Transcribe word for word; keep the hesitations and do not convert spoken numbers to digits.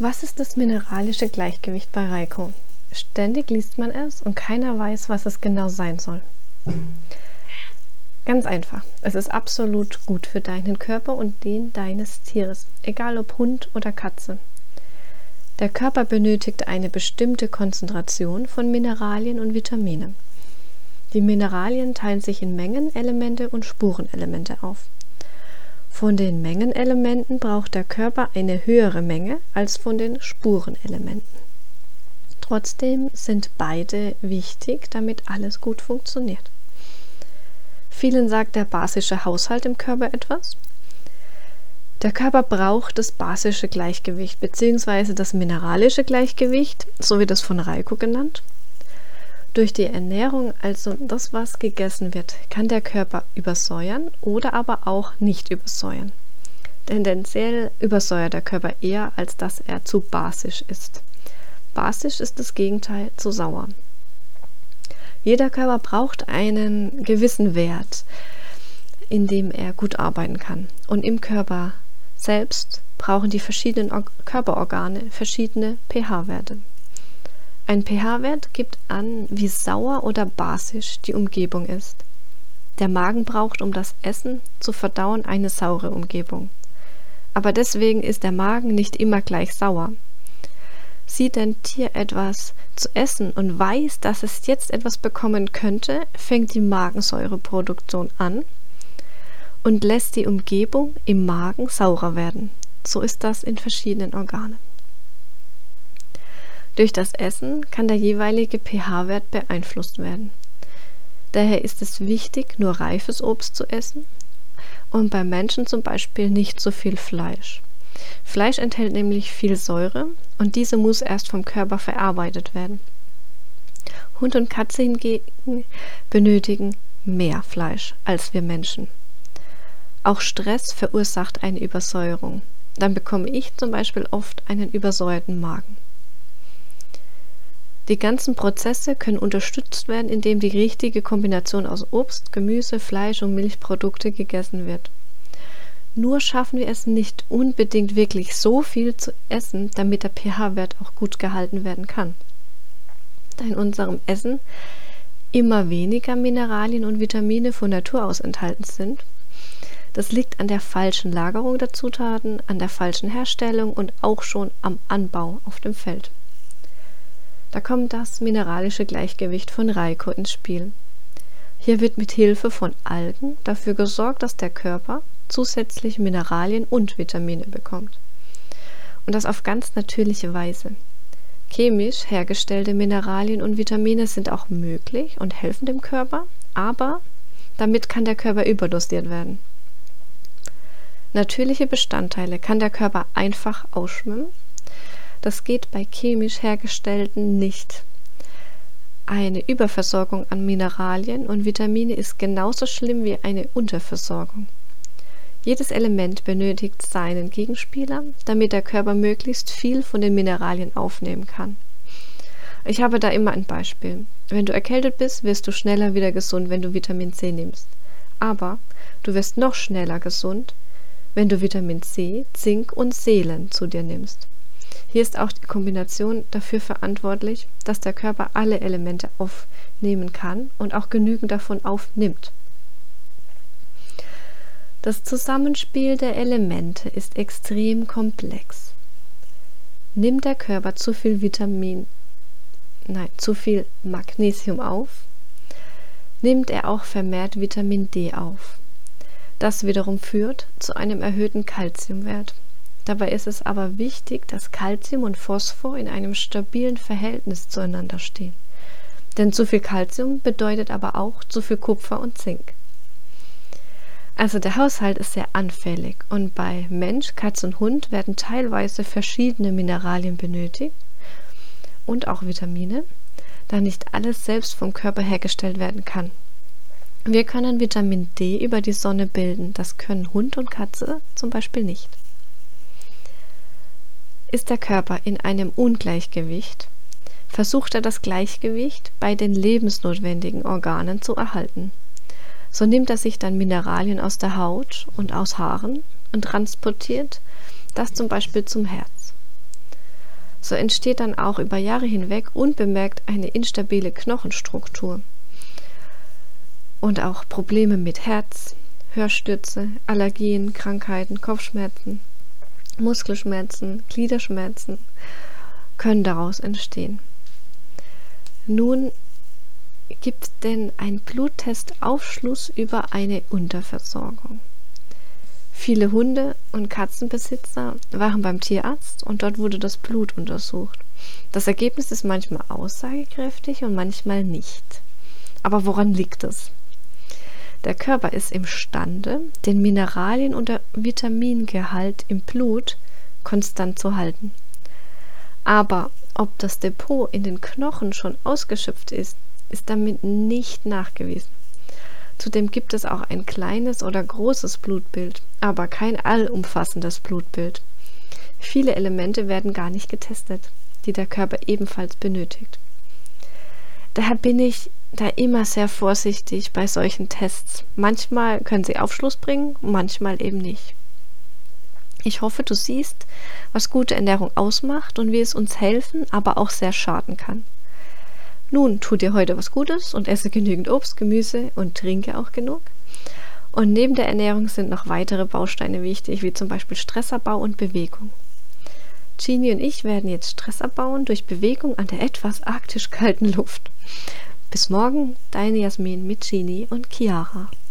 Was ist das mineralische Gleichgewicht bei Reiko? Ständig liest man es und keiner weiß, was es genau sein soll. Ganz einfach. Es ist absolut gut für deinen Körper und den deines Tieres, egal ob Hund oder Katze. Der Körper benötigt eine bestimmte Konzentration von Mineralien und Vitaminen. Die Mineralien teilen sich in Mengenelemente und Spurenelemente auf. Von den Mengenelementen braucht der Körper eine höhere Menge als von den Spurenelementen. Trotzdem sind beide wichtig, damit alles gut funktioniert. Vielen sagt der basische Haushalt im Körper etwas. Der Körper braucht das basische Gleichgewicht bzw. das mineralische Gleichgewicht, so wird es von Reiko genannt. Durch die Ernährung, also das, was gegessen wird, kann der Körper übersäuern oder aber auch nicht übersäuern. Tendenziell übersäuert der Körper eher, als dass er zu basisch ist. Basisch ist das Gegenteil zu sauer. Jeder Körper braucht einen gewissen Wert, in dem er gut arbeiten kann. Und im Körper selbst brauchen die verschiedenen Or- Körperorgane verschiedene pH-Werte. Ein pH-Wert gibt an, wie sauer oder basisch die Umgebung ist. Der Magen braucht, um das Essen zu verdauen, eine saure Umgebung. Aber deswegen ist der Magen nicht immer gleich sauer. Sieht ein Tier etwas zu essen und weiß, dass es jetzt etwas bekommen könnte, fängt die Magensäureproduktion an und lässt die Umgebung im Magen saurer werden. So ist das in verschiedenen Organen. Durch das Essen kann der jeweilige pH-Wert beeinflusst werden. Daher ist es wichtig, nur reifes Obst zu essen und beim Menschen zum Beispiel nicht so viel Fleisch. Fleisch enthält nämlich viel Säure und diese muss erst vom Körper verarbeitet werden. Hund und Katze hingegen benötigen mehr Fleisch als wir Menschen. Auch Stress verursacht eine Übersäuerung. Dann bekomme ich zum Beispiel oft einen übersäuerten Magen. Die ganzen Prozesse können unterstützt werden, indem die richtige Kombination aus Obst, Gemüse, Fleisch und Milchprodukte gegessen wird. Nur schaffen wir es nicht unbedingt wirklich so viel zu essen, damit der pH-Wert auch gut gehalten werden kann. Da in unserem Essen immer weniger Mineralien und Vitamine von Natur aus enthalten sind. Das liegt an der falschen Lagerung der Zutaten, an der falschen Herstellung und auch schon am Anbau auf dem Feld. Da kommt das mineralische Gleichgewicht von Reiko ins Spiel. Hier wird mit Hilfe von Algen dafür gesorgt, dass der Körper zusätzlich Mineralien und Vitamine bekommt. Und das auf ganz natürliche Weise. Chemisch hergestellte Mineralien und Vitamine sind auch möglich und helfen dem Körper, aber damit kann der Körper überdosiert werden. Natürliche Bestandteile kann der Körper einfach ausschwimmen. Das geht bei chemisch hergestellten nicht. Eine Überversorgung an Mineralien und Vitamine ist genauso schlimm wie eine Unterversorgung. Jedes Element benötigt seinen Gegenspieler, damit der Körper möglichst viel von den Mineralien aufnehmen kann. Ich habe da immer ein Beispiel. Wenn du erkältet bist, wirst du schneller wieder gesund, wenn du Vitamin C nimmst. Aber du wirst noch schneller gesund, wenn du Vitamin C, Zink und Selen zu dir nimmst. Hier ist auch die Kombination dafür verantwortlich, dass der Körper alle Elemente aufnehmen kann und auch genügend davon aufnimmt. Das Zusammenspiel der Elemente ist extrem komplex. Nimmt der Körper zu viel Vitamin, nein, zu viel Magnesium auf, nimmt er auch vermehrt Vitamin D auf. Das wiederum führt zu einem erhöhten Calciumwert. Dabei ist es aber wichtig, dass Calcium und Phosphor in einem stabilen Verhältnis zueinander stehen. Denn zu viel Calcium bedeutet aber auch zu viel Kupfer und Zink. Also der Haushalt ist sehr anfällig und bei Mensch, Katze und Hund werden teilweise verschiedene Mineralien benötigt und auch Vitamine, da nicht alles selbst vom Körper hergestellt werden kann. Wir können Vitamin D über die Sonne bilden, das können Hund und Katze zum Beispiel nicht. Ist der Körper in einem Ungleichgewicht, versucht er das Gleichgewicht bei den lebensnotwendigen Organen zu erhalten. So nimmt er sich dann Mineralien aus der Haut und aus Haaren und transportiert das zum Beispiel zum Herz. So entsteht dann auch über Jahre hinweg unbemerkt eine instabile Knochenstruktur. Und auch Probleme mit Herz, Hörstürze, Allergien, Krankheiten, Kopfschmerzen, Muskelschmerzen, Gliederschmerzen können daraus entstehen. Nun gibt denn ein Bluttest Aufschluss über eine Unterversorgung. Viele Hunde- und Katzenbesitzer waren beim Tierarzt und dort wurde das Blut untersucht. Das Ergebnis ist manchmal aussagekräftig und manchmal nicht. Aber woran liegt es? Der Körper ist imstande, den Mineralien- und Vitamingehalt im Blut konstant zu halten. Aber ob das Depot in den Knochen schon ausgeschöpft ist, ist damit nicht nachgewiesen. Zudem gibt es auch ein kleines oder großes Blutbild, aber kein allumfassendes Blutbild. Viele Elemente werden gar nicht getestet, die der Körper ebenfalls benötigt. Daher bin ich da immer sehr vorsichtig bei solchen Tests. Manchmal können sie Aufschluss bringen, manchmal eben nicht. Ich hoffe, du siehst, was gute Ernährung ausmacht und wie es uns helfen, aber auch sehr schaden kann. Nun, tu dir heute was Gutes und esse genügend Obst, Gemüse und trinke auch genug. Und neben der Ernährung sind noch weitere Bausteine wichtig, wie zum Beispiel Stressabbau und Bewegung. Genie und ich werden jetzt Stress abbauen durch Bewegung an der etwas arktisch kalten Luft. Bis morgen, deine Jasmin mit Genie und Chiara.